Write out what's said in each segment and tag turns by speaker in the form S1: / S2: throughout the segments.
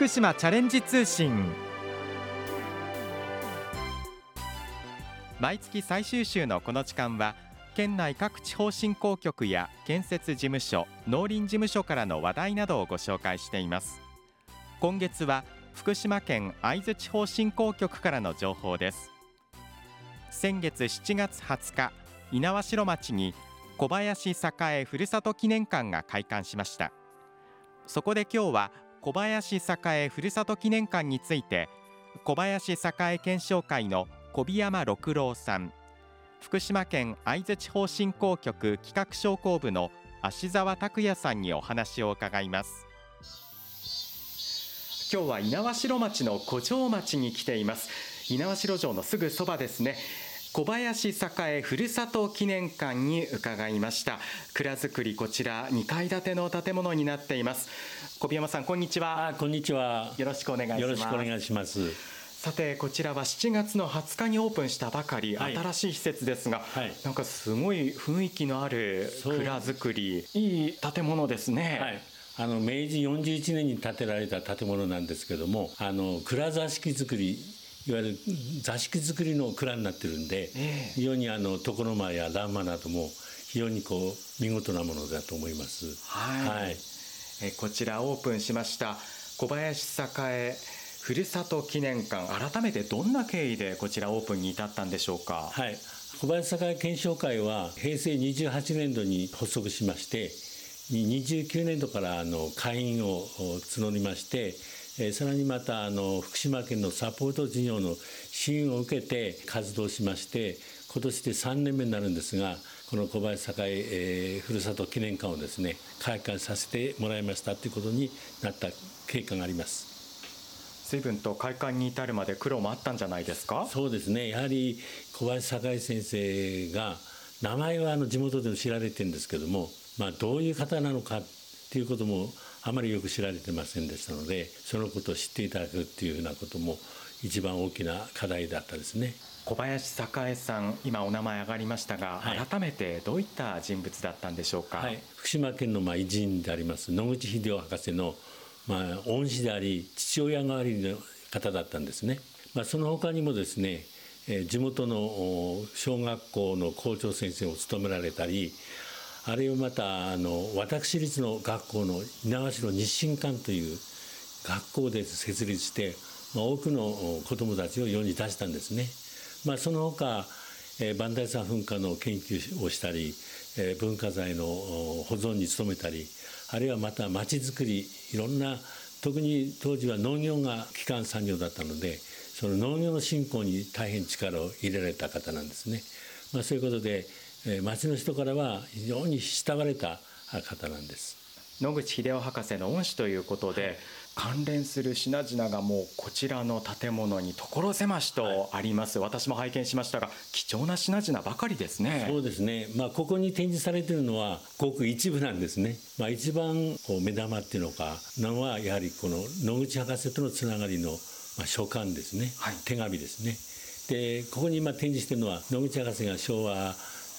S1: 福島チャレンジ通信。毎月最終週のこの時間は、県内各地方振興局や建設事務所、農林事務所からの話題などをご紹介しています。今月は福島県会津地方振興局からの情報です。先月7月20日、猪苗代町に小林栄ふるさと記念館が開館しました。そこで今日は小林栄ふるさと記念館について、小林栄検証会の小檜山六郎さん、福島県会津地方振興局企画商工部の芦澤拓也さんにお話を伺います。今日は猪苗代町の古城町に来ています。猪苗代城のすぐそばですね。小林栄ふるさと記念館に伺いました。蔵造り、こちら2階建ての建物になっています。小檜山さん、こんにちは。
S2: こんにちは。
S1: よろしくお願いします。
S2: よろしくお願いします。
S1: さて、こちらは7月の20日にオープンしたばかり、新しい施設ですが、なんかすごい雰囲気のある蔵造り、いい建物ですね。
S2: 明治41年に建てられた建物なんですけども、蔵座敷造り、いわゆる座敷造りの蔵になってるんで、非常に床の間や欄間なども非常に見事なものだと思います。
S1: こちらオープンしました小林栄ふるさと記念館、改めてどんな経緯でこちらオープンに至ったんでしょうか。
S2: 小林栄検証会は平成28年度に発足しまして、29年度から会員を募りまして、さらにまた福島県のサポート事業の支援を受けて活動しまして、今年で3年目になるんですが、この小林栄ふるさと記念館をですね、開館させてもらいましたということになった経過があります。
S1: 随分と開館に至るまで苦労もあったんじゃないですか。
S2: そうですね。やはり小林栄先生が、名前は地元でも知られてるんですけども、どういう方なのかっていうこともあまりよく知られてませんでしたので、そのことを知っていただくっていうふうなことも一番大きな課題だったですね。
S1: 小林栄さん、今お名前上がりましたが、改めてどういった人物だったんでしょうか。
S2: 福島県の偉人であります野口英世博士の恩師であり父親代わりの方だったんですね。その他にもですね、地元の小学校の校長先生を務められたり、あるいはまた私立の学校の猪苗代日進館という学校で設立して、多くの子どもたちを世に出したんですね。その他磐梯山噴火の研究をしたり、文化財の保存に努めたり、あるいはまた町づくり、いろんな、特に当時は農業が基幹産業だったので、その農業の振興に大変力を入れられた方なんですね。そういうことで町の人からは非常に慕われた方なんです。
S1: 野口英世博士の恩師ということで、関連する品々がもうこちらの建物に所狭しとあります。私も拝見しましたが、貴重な品々ばかりですね。
S2: そうですね。ここに展示されているのはごく一部なんですね。一番目玉っていうのはやはりこの野口博士とのつながりの書簡ですね、手紙ですね。でここに今展示しているのは野口博士が昭和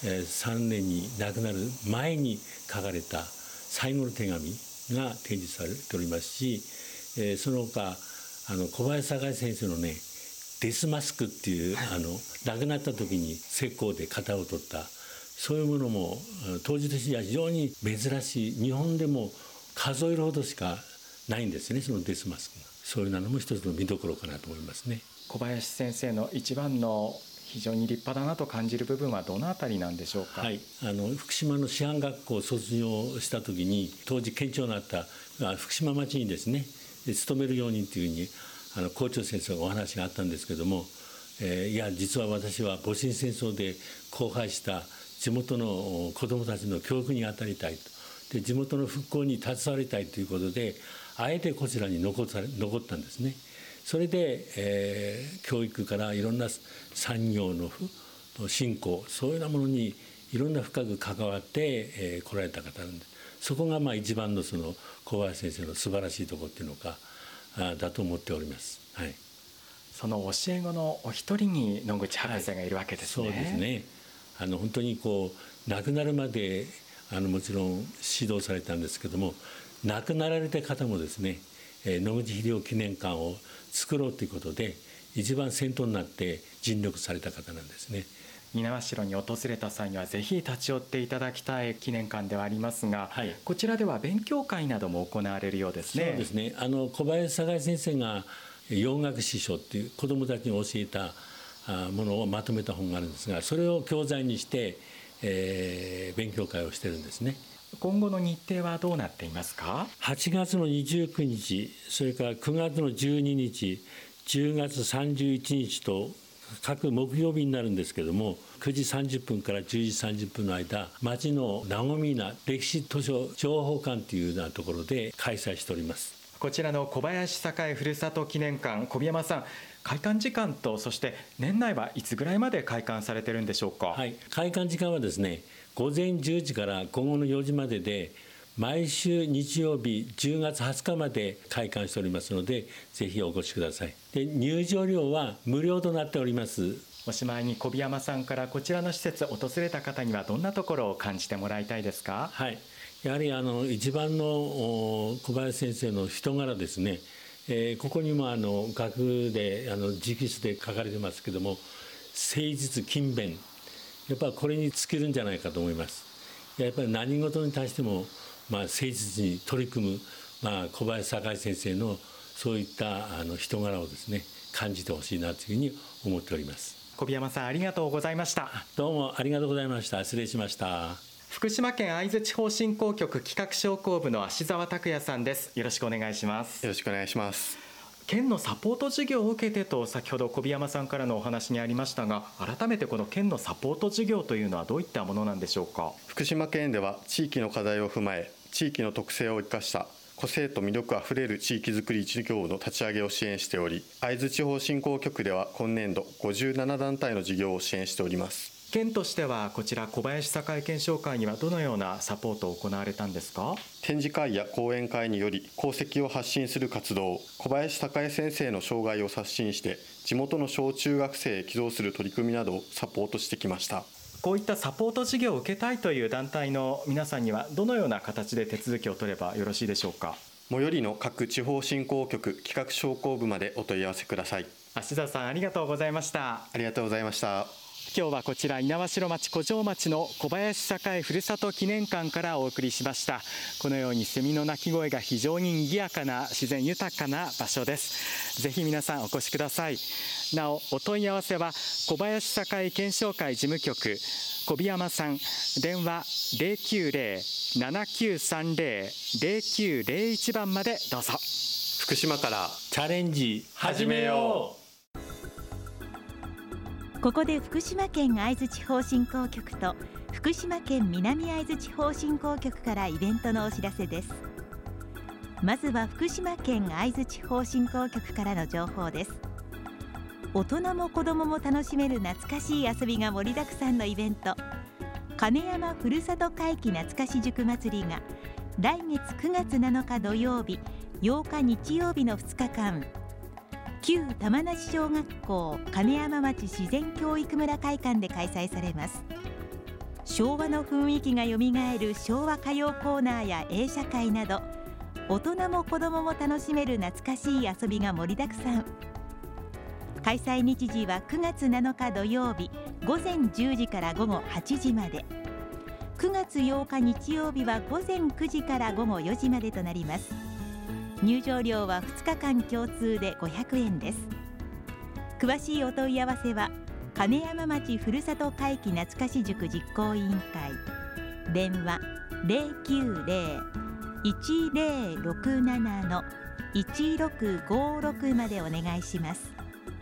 S2: 3年に亡くなる前に書かれた最後の手紙が展示されておりますし、その他小林栄先生のねデスマスクっていう、亡くなった時に石膏で型を取った、そういうものも当時としては非常に珍しい、日本でも数えるほどしかないんですね、そのデスマスクが。そういうのも一つの見どころかなと思いますね。
S1: 小林先生の一番の非常に立派だなと感じる部分はどのあたりなんでしょうか。
S2: 福島の師範学校を卒業した時に、当時県庁のあった福島町にですね勤めるようにというふうに校長先生がお話があったんですけども、いや実は私は戊辰戦争で荒廃した地元の子どもたちの教育に当たりたいと、で地元の復興に携わりたいということで、あえてこちらに残ったんですね。それで、教育からいろんな産業の振興、そういうようなものにいろんな深く関わって来られた方なんです。そこが一番のその小林先生の素晴らしいところっていうのかだと思っております。
S1: その教え子のお一人に野口博士がいるわけですね。
S2: そうですね。本当に亡くなるまでもちろん指導されたんですけども、亡くなられた方もですね、 野口英世記念館を作ろうということで一番先頭になって尽力された方なんですね。
S1: 猪苗代に訪れた際にはぜひ立ち寄っていただきたい記念館ではありますが、はい、こちらでは勉強会なども行われるようですね。
S2: そうですね。小林栄先生が洋楽師匠っていう子どもたちに教えたものをまとめた本があるんですが、それを教材にして、勉強会をしてるんですね。
S1: 今後の日程はどうなっていますか
S2: ？8月の29日、それから9月の12日、10月31日と各木曜日になるんですけれども、9時30分から10時30分の間、町のなごみな歴史図書情報館というようなところで開催しております。
S1: こちらの小林栄ふるさと記念館、小宮山さん、開館時間とそして年内はいつぐらいまで開館されてるんでしょうか？
S2: はい、開館時間はですね、午前10時から午後の4時までで、毎週日曜日10月20日まで開館しておりますので、ぜひお越しください。で、入場料は無料となっております。
S1: おしまいに小宮山さんからこちらの施設を訪れた方にはどんなところを感じてもらいたいですか？
S2: はい、やはり一番の小林先生の人柄ですね。ここにも学で直筆で書かれてますけども、誠実勤勉、やっぱりこれに尽きるんじゃないかと思います。やっぱり何事に対しても誠実に取り組む、小林栄先生のそういった人柄をですね、感じてほしいなというふうに思っております。
S1: 小宮山さん、ありがとうございました。
S2: どうもありがとうございました。失礼しました。
S1: 福島県会津地方振興局企画商工部の芦澤拓也さんです。よろしくお願いします。
S3: よろしくお願いします。
S1: 県のサポート事業を受けてと先ほど小宮山さんからのお話にありましたが、改めてこの県のサポート事業というのはどういったものなんでしょうか？
S3: 福島県では地域の課題を踏まえ、地域の特性を生かした個性と魅力あふれる地域づくり事業の立ち上げを支援しており、会津地方振興局では今年度57団体の事業を支援しております。
S1: 県としてはこちら小林栄検証会にはどのようなサポートを行われたんですか？
S3: 展示会や講演会により功績を発信する活動、小林栄先生の生涯を刷新して地元の小中学生へ寄贈する取り組みなどをサポートしてきました。
S1: こういったサポート事業を受けたいという団体の皆さんにはどのような形で手続きを取ればよろしいでしょうか？
S3: 最寄りの各地方振興局企画商工部までお問い合わせください。
S1: 芦澤さん、ありがとうございました。
S3: ありがとうございました。
S1: 今日はこちら猪苗代町古城町の小林栄ふるさと記念館からお送りしました。このようにセミの鳴き声が非常に賑やかな自然豊かな場所です。ぜひ皆さんお越しください。なお、お問い合わせは小林栄検証会事務局小宮山さん、電話 090-7930-0901 番までどうぞ。
S3: 福島から
S2: チャレンジ始めよう。
S4: ここで福島県会津地方振興局と福島県南会津地方振興局からイベントのお知らせです。まずは福島県会津地方振興局からの情報です。大人も子どもも楽しめる懐かしい遊びが盛りだくさんのイベント、金山ふるさと会期懐かし塾祭りが来月9月7日土曜日、8日日曜日の2日間、旧玉名市小学校金山町自然教育村会館で開催されます。昭和の雰囲気がよみがえる昭和歌謡コーナーや映写会など、大人も子どもも楽しめる懐かしい遊びが盛りだくさん。開催日時は9月7日土曜日午前10時から午後8時まで、9月8日日曜日は午前9時から午後4時までとなります。入場料は2日間共通で500円です。詳しいお問い合わせは金山町ふるさと会期懐かし塾実行委員会、電話 090-1067-1656 までお願いします。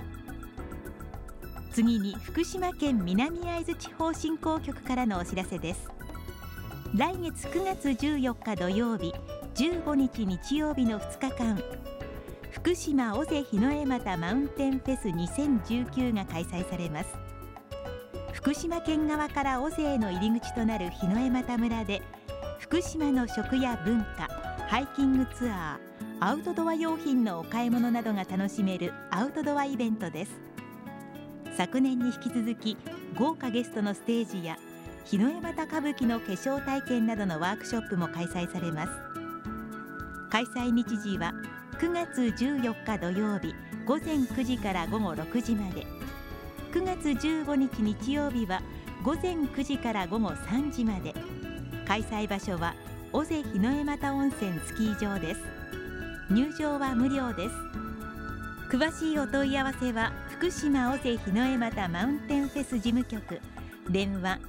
S4: 次に福島県南会津地方振興局からのお知らせです。来月9月14日土曜日、15日日曜日の2日間、福島尾瀬日の絵又マウンテンフェス2019が開催されます。福島県側から尾瀬への入り口となる日の絵又村で、福島の食や文化、ハイキングツアー、アウトドア用品のお買い物などが楽しめるアウトドアイベントです。昨年に引き続き豪華ゲストのステージや日の絵又歌舞伎の化粧体験などのワークショップも開催されます。開催日時は 9月14日土曜日午前9時から午後6時まで、9月15日日曜日は午前9時から午後3時まで。開催場所は尾瀬日の江又温泉スキー場です。入場は無料です。詳しいお問い合わせは福島尾瀬日の江又マウンテンフェス事務局、電話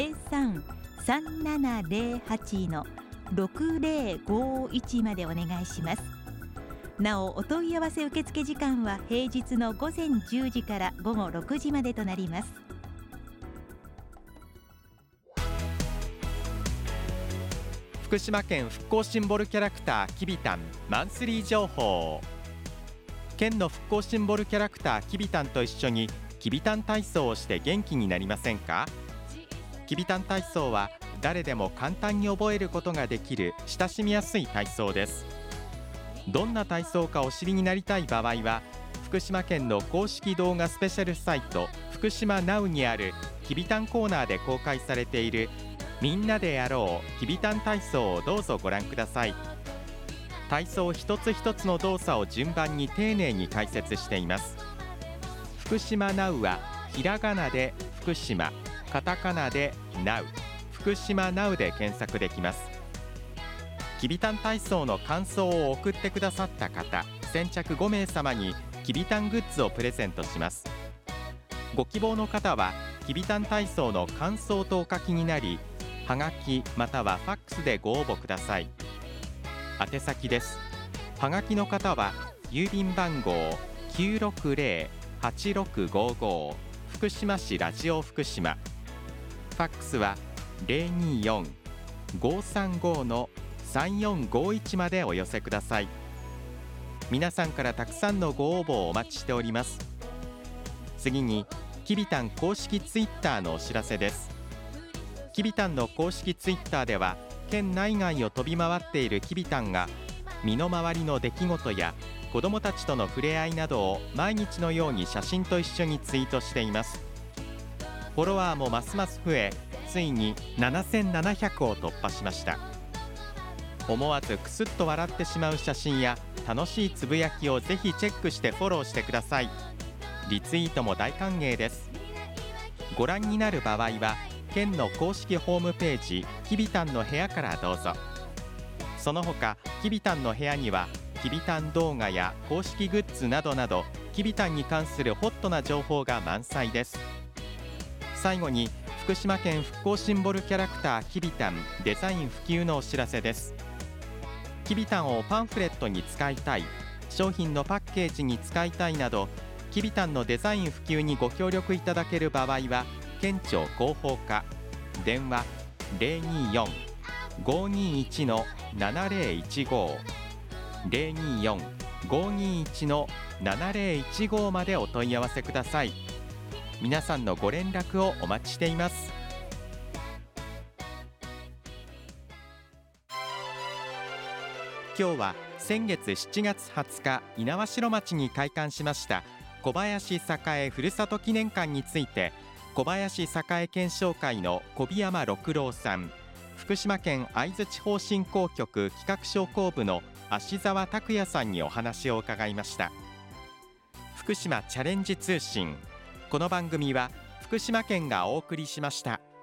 S4: 03-3708-6051 までお願いします。なお、お問い合わせ受付時間は平日の午前10時から午後6時までとなります。
S1: 福島県復興シンボルキャラクターきびたんマンスリー情報。県の復興シンボルキャラクターきびたんと一緒にきびたん体操をして元気になりませんか？きびたん体操は誰でも簡単に覚えることができる親しみやすい体操です。どんな体操かお知りになりたい場合は、福島県の公式動画スペシャルサイト福島 Now にあるきびたんコーナーで公開されているみんなでやろうきびたん体操をどうぞご覧ください。体操一つ一つの動作を順番に丁寧に解説しています。福島 Now はひらがなで福島、カタカナで Now、福島 Now で検索できます。きびたん体操の感想を送ってくださった方、先着5名様にきびたんグッズをプレゼントします。ご希望の方はきびたん体操の感想とお書きになり、はがきまたはファックスでご応募ください。宛先です。はがきの方は郵便番号 960-8655 福島市ラジオ福島、ファックスは 024-535-3451 までお寄せください。皆さんからたくさんのご応募をお待ちしております。次にきびたん公式ツイッターのお知らせです。きびたんの公式ツイッターでは、県内外を飛び回っているきびたんが身の回りの出来事や子どもたちとの触れ合いなどを毎日のように写真と一緒にツイートしています。フォロワーもますます増え、ついに7700を突破しました。思わずクスッと笑ってしまう写真や楽しいつぶやきをぜひチェックしてフォローしてください。リツイートも大歓迎です。ご覧になる場合は県の公式ホームページきびたんの部屋からどうぞ。その他きびたんの部屋にはきびたん動画や公式グッズなどなどきびたんに関するホットな情報が満載です。最後に福島県復興シンボルキャラクターきびたんデザイン普及のお知らせです。きびたんをパンフレットに使いたい、商品のパッケージに使いたいなど、きびたんのデザイン普及にご協力いただける場合は県庁広報課、電話 024-521-7015 024-521-7015 までお問い合わせください。皆さんのご連絡をお待ちしています。今日は先月7月20日猪苗代町に開館しました小林栄ふるさと記念館について、小林栄検証会の小檜山六郎さん、福島県会津地方振興局企画商工部の芦澤拓也さんにお話を伺いました。福島チャレンジ通信、この番組は福島県がお送りしました。